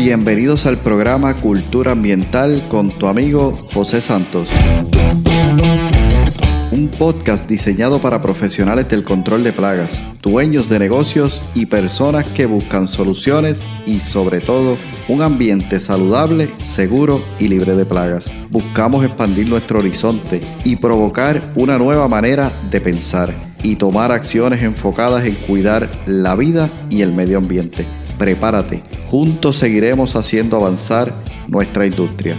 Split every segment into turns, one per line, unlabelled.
Bienvenidos al programa Cultura Ambiental con tu amigo José Santos. Un podcast diseñado para profesionales del control de plagas, dueños de negocios y personas que buscan soluciones y, sobre todo, un ambiente saludable, seguro y libre de plagas. Buscamos expandir nuestro horizonte y provocar una nueva manera de pensar y tomar acciones enfocadas en cuidar la vida y el medio ambiente. Prepárate, juntos seguiremos haciendo avanzar nuestra industria.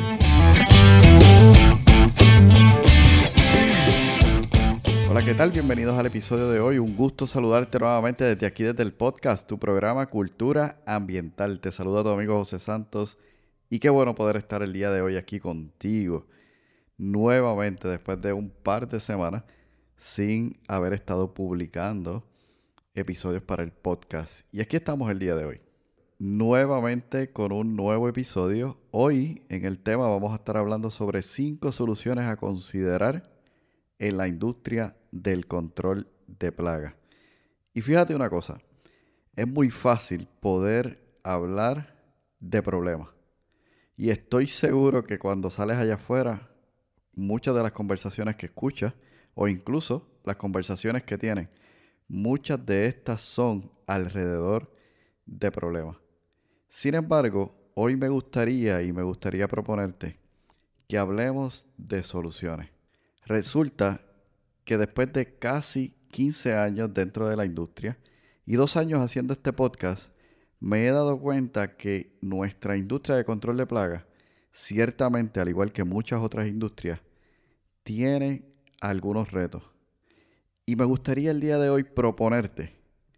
Hola, ¿qué tal? Bienvenidos al episodio de hoy. Un gusto saludarte nuevamente desde aquí, desde el podcast, tu programa Cultura Ambiental. Te saluda tu amigo José Santos y qué bueno poder estar el día de hoy aquí contigo. Nuevamente, después de un par de semanas sin haber estado publicando episodios para el podcast. Y aquí estamos el día de hoy. Nuevamente con un nuevo episodio. Hoy en el tema vamos a estar hablando sobre 5 soluciones a considerar en la industria del control de plagas. Y fíjate una cosa, es muy fácil poder hablar de problemas. Y estoy seguro que cuando sales allá afuera, muchas de las conversaciones que escuchas, o incluso las conversaciones que tienen, muchas de estas son alrededor de problemas. Sin embargo, hoy me gustaría proponerte que hablemos de soluciones. Resulta que después de casi 15 años dentro de la industria y 2 años haciendo este podcast, me he dado cuenta que nuestra industria de control de plagas, ciertamente al igual que muchas otras industrias, tiene algunos retos. Y me gustaría el día de hoy proponerte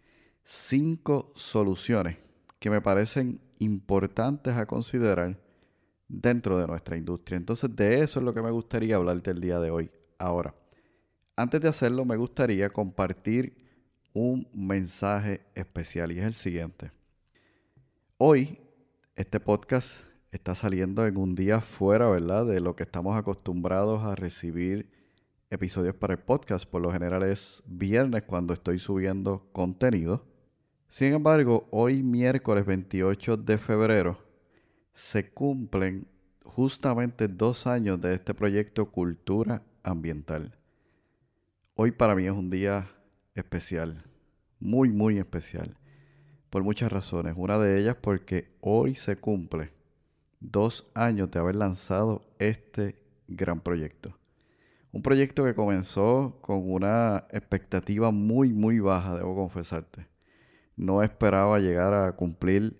5 soluciones que me parecen importantes a considerar dentro de nuestra industria. Entonces, de eso es lo que me gustaría hablarte el día de hoy. Ahora, antes de hacerlo, me gustaría compartir un mensaje especial y es el siguiente. Hoy, este podcast está saliendo en un día fuera, ¿verdad?, de lo que estamos acostumbrados a recibir episodios para el podcast. Por lo general es viernes cuando estoy subiendo contenido. Sin embargo, hoy miércoles 28 de febrero se cumplen justamente 2 años de este proyecto Cultura Ambiental. Hoy para mí es un día especial, muy, muy especial, por muchas razones. Una de ellas porque hoy se cumple 2 años de haber lanzado este gran proyecto. Un proyecto que comenzó con una expectativa muy, muy baja, debo confesarte. No esperaba llegar a cumplir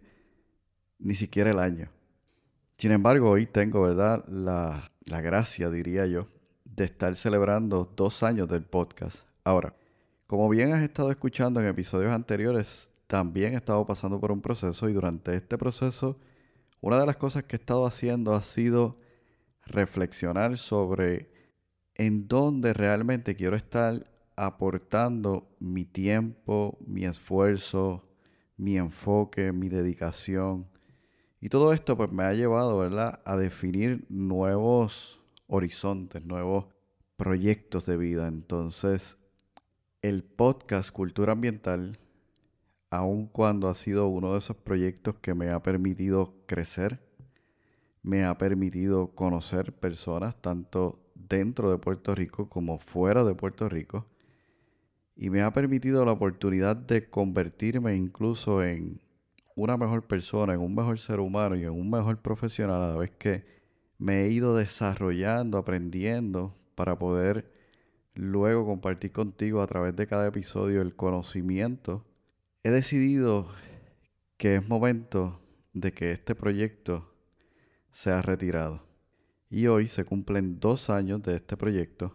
ni siquiera el año. Sin embargo, hoy tengo, ¿verdad?, la gracia, diría yo, de estar celebrando 2 años del podcast. Ahora, como bien has estado escuchando en episodios anteriores, también he estado pasando por un proceso y durante este proceso, una de las cosas que he estado haciendo ha sido reflexionar sobre en dónde realmente quiero estar aportando mi tiempo, mi esfuerzo, mi enfoque, mi dedicación. Y todo esto pues me ha llevado, ¿verdad?, a definir nuevos horizontes, nuevos proyectos de vida. Entonces, el podcast Cultura Ambiental, aun cuando ha sido uno de esos proyectos que me ha permitido crecer, me ha permitido conocer personas tanto dentro de Puerto Rico como fuera de Puerto Rico, y me ha permitido la oportunidad de convertirme incluso en una mejor persona, en un mejor ser humano y en un mejor profesional a la vez que me he ido desarrollando, aprendiendo para poder luego compartir contigo a través de cada episodio el conocimiento. He decidido que es momento de que este proyecto sea retirado. Y hoy se cumplen 2 años de este proyecto,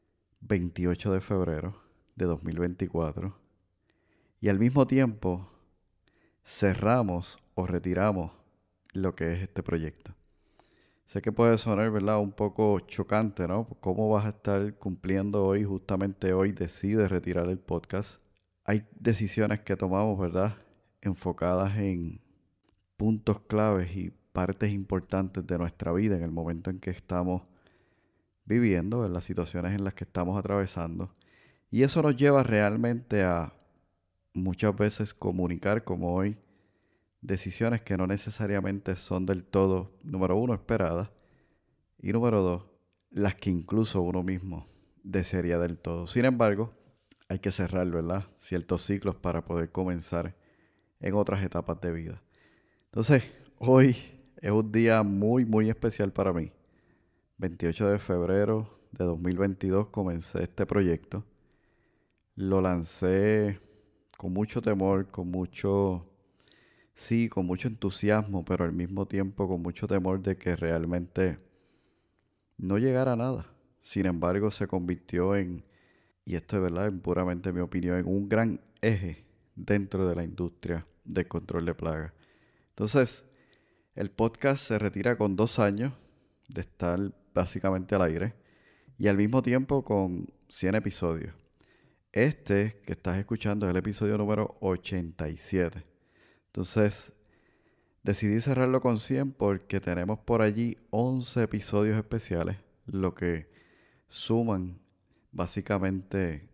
28 de febrero de 2024. Y al mismo tiempo cerramos o retiramos lo que es este proyecto. Sé que puede sonar, ¿verdad?, un poco chocante, ¿no? ¿Cómo vas a estar cumpliendo hoy, justamente hoy decides retirar el podcast? Hay decisiones que tomamos, ¿verdad?, enfocadas en puntos claves y partes importantes de nuestra vida en el momento en que estamos viviendo, en las situaciones en las que estamos atravesando. Y eso nos lleva realmente a muchas veces comunicar, como hoy decisiones que no necesariamente son del todo, número uno, esperadas, y número dos, las que incluso uno mismo desearía del todo. Sin embargo, hay que cerrar, ¿verdad? Ciertos ciclos para poder comenzar en otras etapas de vida. Entonces, hoy es un día muy, muy especial para mí. 28 de febrero de 2022 comencé este proyecto. Lo lancé con mucho temor, con mucho entusiasmo, pero al mismo tiempo con mucho temor de que realmente no llegara a nada. Sin embargo, se convirtió y esto es verdad, en puramente mi opinión, en un gran eje dentro de la industria del control de plagas. Entonces, el podcast se retira con 2 años de estar básicamente al aire y al mismo tiempo con 100 episodios. Este que estás escuchando es el episodio número 87. Entonces, decidí cerrarlo con 100 porque tenemos por allí 11 episodios especiales, lo que suman básicamente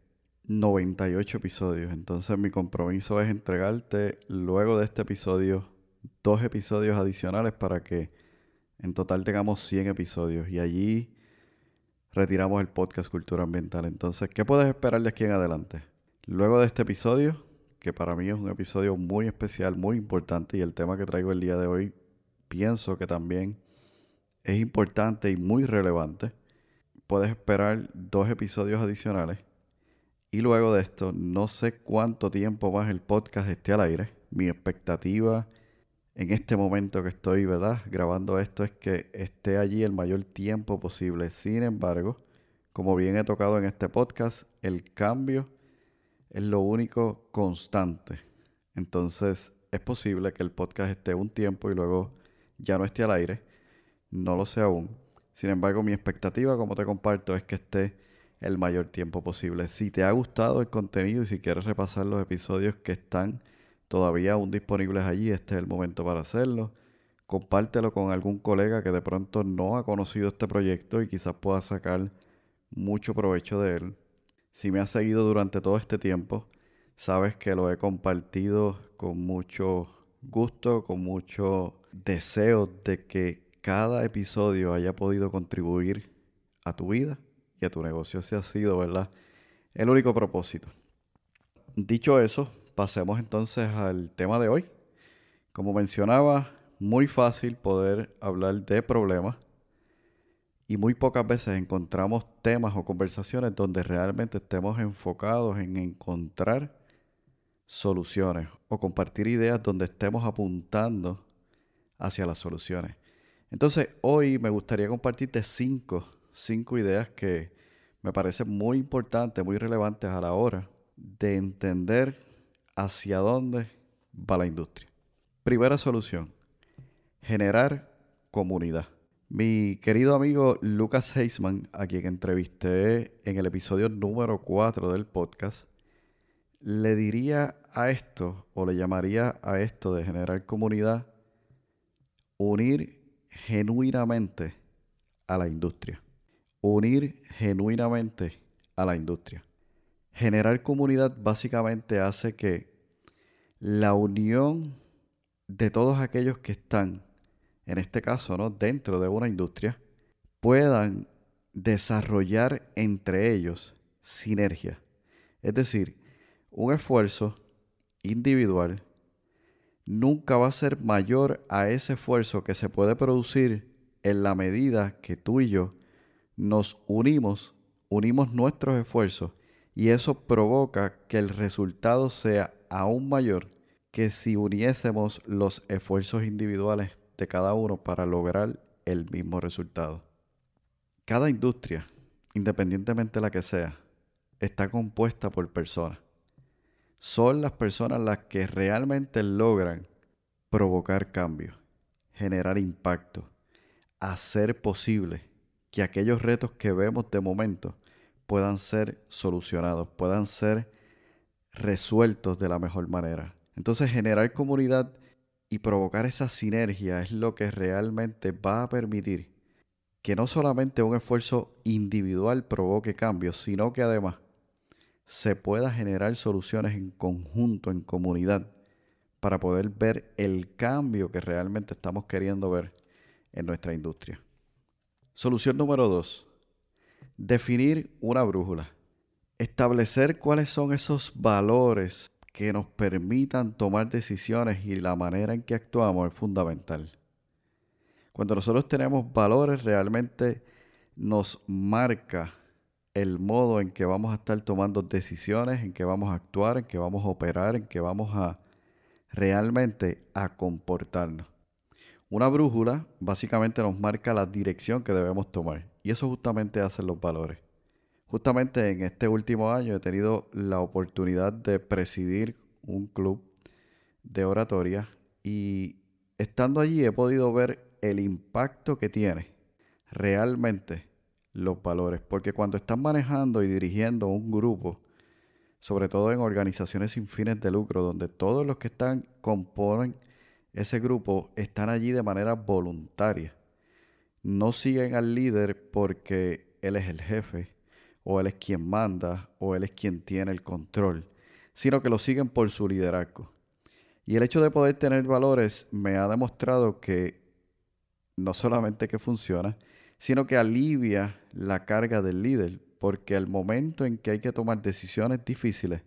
98 episodios. Entonces mi compromiso es entregarte luego de este episodio 2 episodios adicionales para que en total tengamos 100 episodios y allí retiramos el podcast Cultura Ambiental. Entonces, ¿qué puedes esperar de aquí en adelante? Luego de este episodio, que para mí es un episodio muy especial, muy importante, y el tema que traigo el día de hoy pienso que también es importante y muy relevante, puedes esperar 2 episodios adicionales. Y luego de esto, no sé cuánto tiempo más el podcast esté al aire. Mi expectativa en este momento que estoy, ¿verdad?, grabando esto es que esté allí el mayor tiempo posible. Sin embargo, como bien he tocado en este podcast, el cambio es lo único constante. Entonces, es posible que el podcast esté un tiempo y luego ya no esté al aire. No lo sé aún. Sin embargo, mi expectativa, como te comparto, es que esté el mayor tiempo posible. Si te ha gustado el contenido y si quieres repasar los episodios que están todavía aún disponibles allí, este es el momento para hacerlo. Compártelo con algún colega que de pronto no ha conocido este proyecto y quizás pueda sacar mucho provecho de él. Si me has seguido durante todo este tiempo, sabes que lo he compartido con mucho gusto, con mucho deseo de que cada episodio haya podido contribuir a tu vida y a tu negocio. Ese ha sido, ¿verdad?, el único propósito. Dicho eso, pasemos entonces al tema de hoy. Como mencionaba, muy fácil poder hablar de problemas y muy pocas veces encontramos temas o conversaciones donde realmente estemos enfocados en encontrar soluciones o compartir ideas donde estemos apuntando hacia las soluciones. Entonces, hoy me gustaría compartirte cinco ideas que me parecen muy importantes, muy relevantes a la hora de entender hacia dónde va la industria. Primera solución, generar comunidad. Mi querido amigo Lucas Heisman, a quien entrevisté en el episodio número 4 del podcast, le diría a esto, o le llamaría a esto de generar comunidad, unir genuinamente a la industria. Unir genuinamente a la industria. Generar comunidad básicamente hace que la unión de todos aquellos que están, en este caso, ¿no?, dentro de una industria, puedan desarrollar entre ellos sinergia. Es decir, un esfuerzo individual nunca va a ser mayor a ese esfuerzo que se puede producir en la medida que tú y yo nos unimos nuestros esfuerzos y eso provoca que el resultado sea aún mayor que si uniésemos los esfuerzos individuales de cada uno para lograr el mismo resultado. Cada industria, independientemente de la que sea, está compuesta por personas. Son las personas las que realmente logran provocar cambios, generar impacto, hacer posible que aquellos retos que vemos de momento puedan ser solucionados, puedan ser resueltos de la mejor manera. Entonces, generar comunidad y provocar esa sinergia es lo que realmente va a permitir que no solamente un esfuerzo individual provoque cambios, sino que además se pueda generar soluciones en conjunto, en comunidad, para poder ver el cambio que realmente estamos queriendo ver en nuestra industria. Solución número 2. Definir una brújula. Establecer cuáles son esos valores que nos permitan tomar decisiones y la manera en que actuamos es fundamental. Cuando nosotros tenemos valores, realmente nos marca el modo en que vamos a estar tomando decisiones, en que vamos a actuar, en que vamos a operar, en que vamos a realmente a comportarnos. Una brújula básicamente nos marca la dirección que debemos tomar y eso justamente hacen los valores. Justamente en este último año he tenido la oportunidad de presidir un club de oratoria y estando allí he podido ver el impacto que tiene realmente los valores. Porque cuando estás manejando y dirigiendo un grupo, sobre todo en organizaciones sin fines de lucro, donde todos los que componen ese grupo están allí de manera voluntaria. No siguen al líder porque él es el jefe, o él es quien manda, o él es quien tiene el control, sino que lo siguen por su liderazgo. Y el hecho de poder tener valores me ha demostrado que no solamente que funciona, sino que alivia la carga del líder, porque al momento en que hay que tomar decisiones difíciles,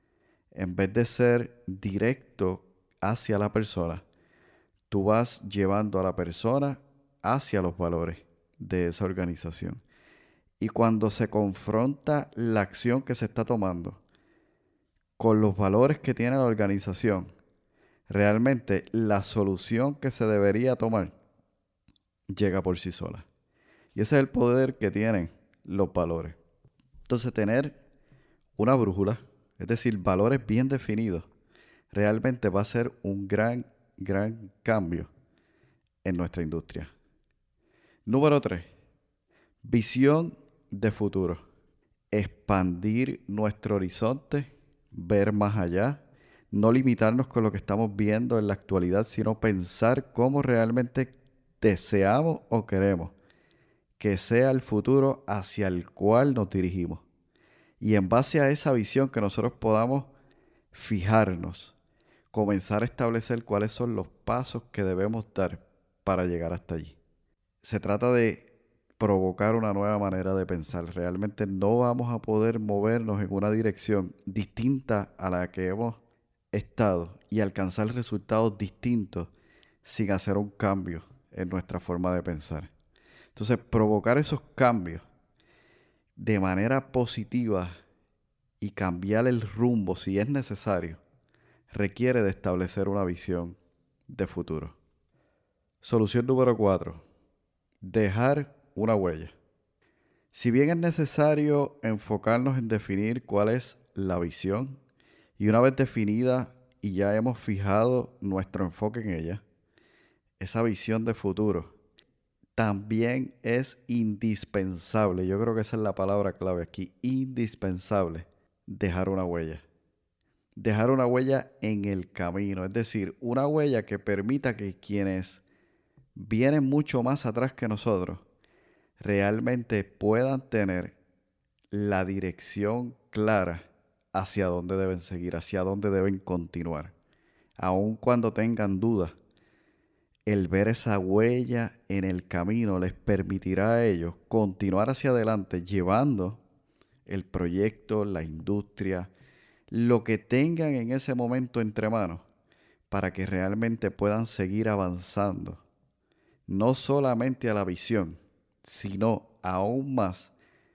en vez de ser directo hacia la persona, tú vas llevando a la persona hacia los valores de esa organización. Y cuando se confronta la acción que se está tomando con los valores que tiene la organización, realmente la solución que se debería tomar llega por sí sola. Y ese es el poder que tienen los valores. Entonces, tener una brújula, es decir, valores bien definidos, realmente va a ser un gran cambio en nuestra industria. Número 3. Visión de futuro. Expandir nuestro horizonte, ver más allá, no limitarnos con lo que estamos viendo en la actualidad, sino pensar cómo realmente deseamos o queremos que sea el futuro hacia el cual nos dirigimos. Y en base a esa visión que nosotros podamos fijarnos, comenzar a establecer cuáles son los pasos que debemos dar para llegar hasta allí. Se trata de provocar una nueva manera de pensar. Realmente no vamos a poder movernos en una dirección distinta a la que hemos estado y alcanzar resultados distintos sin hacer un cambio en nuestra forma de pensar. Entonces, provocar esos cambios de manera positiva y cambiar el rumbo si es necesario, requiere de establecer una visión de futuro. Solución número 4. Dejar una huella. Si bien es necesario enfocarnos en definir cuál es la visión, y una vez definida y ya hemos fijado nuestro enfoque en ella, esa visión de futuro también es indispensable. Yo creo que esa es la palabra clave aquí, indispensable, dejar una huella. Dejar una huella en el camino, es decir, una huella que permita que quienes vienen mucho más atrás que nosotros realmente puedan tener la dirección clara hacia dónde deben seguir, hacia dónde deben continuar. Aun cuando tengan dudas, el ver esa huella en el camino les permitirá a ellos continuar hacia adelante llevando el proyecto, la industria, lo que tengan en ese momento entre manos para que realmente puedan seguir avanzando, no solamente a la visión, sino aún más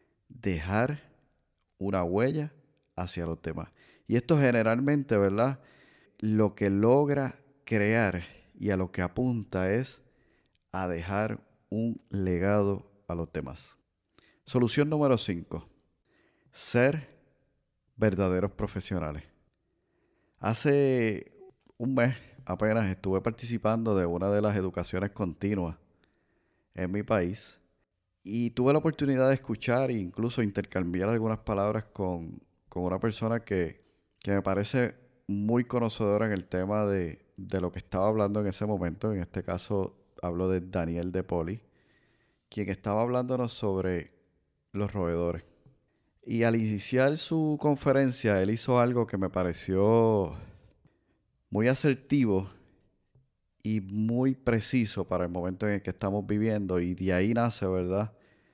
dejar una huella hacia los demás. Y esto generalmente, ¿verdad? Lo que logra crear y a lo que apunta es a dejar un legado a los demás. Solución número 5. Ser verdaderos profesionales. Hace un mes apenas estuve participando de una de las educaciones continuas en mi país y tuve la oportunidad de escuchar e incluso intercambiar algunas palabras con una persona que me parece muy conocedora en el tema de lo que estaba hablando en ese momento. En este caso hablo de Daniel De Poli, quien estaba hablándonos sobre los roedores. Y al iniciar su conferencia, él hizo algo que me pareció muy asertivo y muy preciso para el momento en el que estamos viviendo, y de ahí nace, ¿verdad?,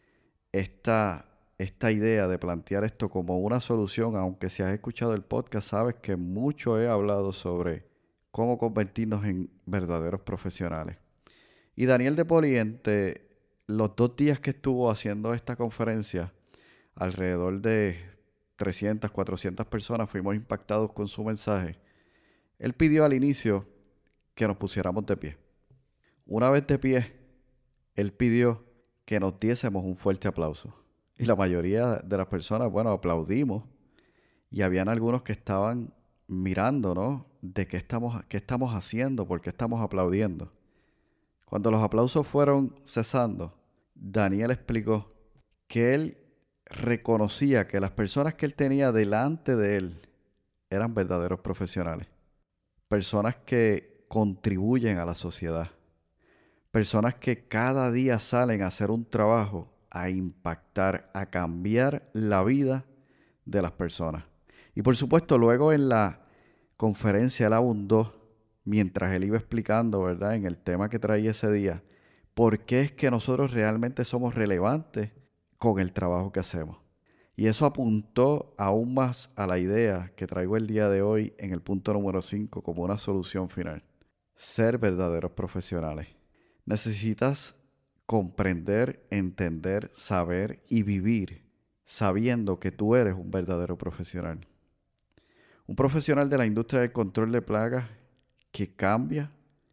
esta idea de plantear esto como una solución. Aunque si has escuchado el podcast, sabes que mucho he hablado sobre cómo convertirnos en verdaderos profesionales. Y Daniel de Poliente, los 2 días que estuvo haciendo esta conferencia, alrededor de 300, 400 personas fuimos impactados con su mensaje. Él pidió al inicio que nos pusiéramos de pie. Una vez de pie, él pidió que nos diésemos un fuerte aplauso. Y la mayoría de las personas, aplaudimos. Y habían algunos que estaban mirando, ¿no?, de qué estamos haciendo, por qué estamos aplaudiendo. Cuando los aplausos fueron cesando, Daniel explicó que él reconocía que las personas que él tenía delante de él eran verdaderos profesionales. Personas que contribuyen a la sociedad. Personas que cada día salen a hacer un trabajo, a impactar, a cambiar la vida de las personas. Y por supuesto, luego en la conferencia él abundó, mientras él iba explicando, ¿verdad?, en el tema que traía ese día, por qué es que nosotros realmente somos relevantes con el trabajo que hacemos. Y eso apuntó aún más a la idea que traigo el día de hoy en el punto número 5 como una solución final. Ser verdaderos profesionales. Necesitas comprender, entender, saber y vivir sabiendo que tú eres un verdadero profesional. Un profesional de la industria del control de plagas que cambia,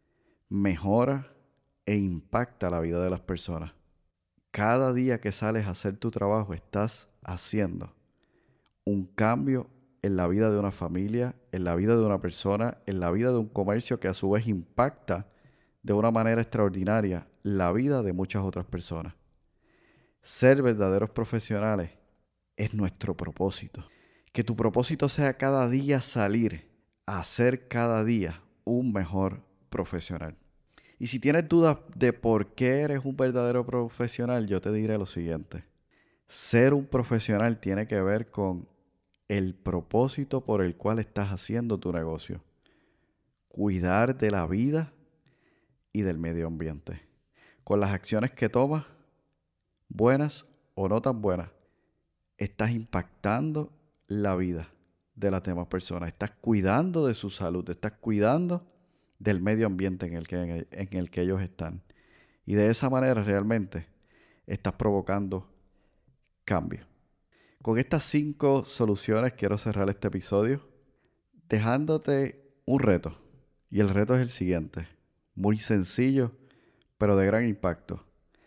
mejora e impacta la vida de las personas. Cada día que sales a hacer tu trabajo estás haciendo un cambio en la vida de una familia, en la vida de una persona, en la vida de un comercio que a su vez impacta de una manera extraordinaria la vida de muchas otras personas. Ser verdaderos profesionales es nuestro propósito. Que tu propósito sea cada día salir a ser cada día un mejor profesional. Y si tienes dudas de por qué eres un verdadero profesional, yo te diré lo siguiente. Ser un profesional tiene que ver con el propósito por el cual estás haciendo tu negocio. Cuidar de la vida y del medio ambiente. Con las acciones que tomas, buenas o no tan buenas, estás impactando la vida de las demás personas. Estás cuidando de su salud, estás cuidando del medio ambiente en el que ellos están. Y de esa manera realmente estás provocando cambio. Con estas 5 soluciones quiero cerrar este episodio dejándote un reto. Y el reto es el siguiente. Muy sencillo, pero de gran impacto.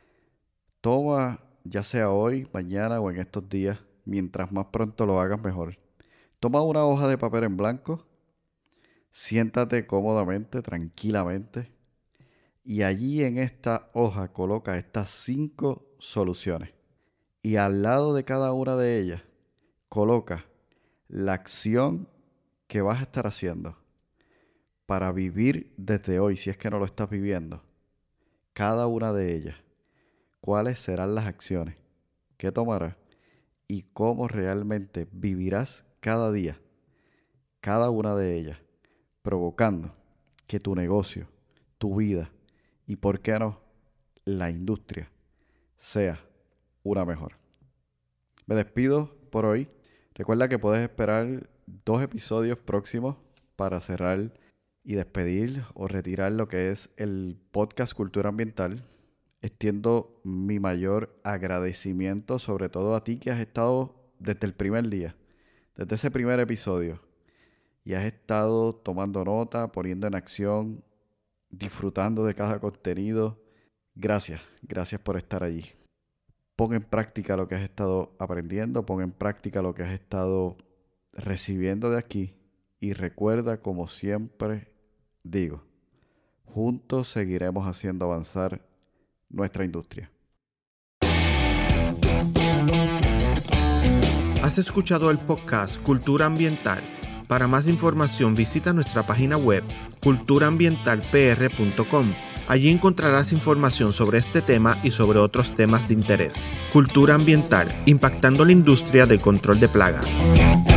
Toma, ya sea hoy, mañana o en estos días, mientras más pronto lo hagas mejor. Toma una hoja de papel en blanco, siéntate cómodamente, tranquilamente, y allí en esta hoja coloca estas 5 soluciones. Y al lado de cada una de ellas, coloca la acción que vas a estar haciendo para vivir desde hoy, si es que no lo estás viviendo, cada una de ellas. ¿Cuáles serán las acciones que tomarás y cómo realmente vivirás cada día, cada una de ellas, provocando que tu negocio, tu vida y, por qué no, la industria sea una mejor? Me despido por hoy. Recuerda que puedes esperar 2 episodios próximos para cerrar y despedir o retirar lo que es el podcast Cultura Ambiental. Extiendo mi mayor agradecimiento, sobre todo a ti que has estado desde el primer día, desde ese primer episodio, y has estado tomando nota, poniendo en acción, disfrutando de cada contenido. Gracias por estar allí. Pon en práctica lo que has estado aprendiendo, pon en práctica lo que has estado recibiendo de aquí, y recuerda, como siempre digo, juntos seguiremos haciendo avanzar nuestra industria.
Has escuchado el podcast Cultura Ambiental. Para más información visita nuestra página web culturaambientalpr.com. Allí encontrarás información sobre este tema y sobre otros temas de interés. Cultura Ambiental, impactando la industria del control de plagas.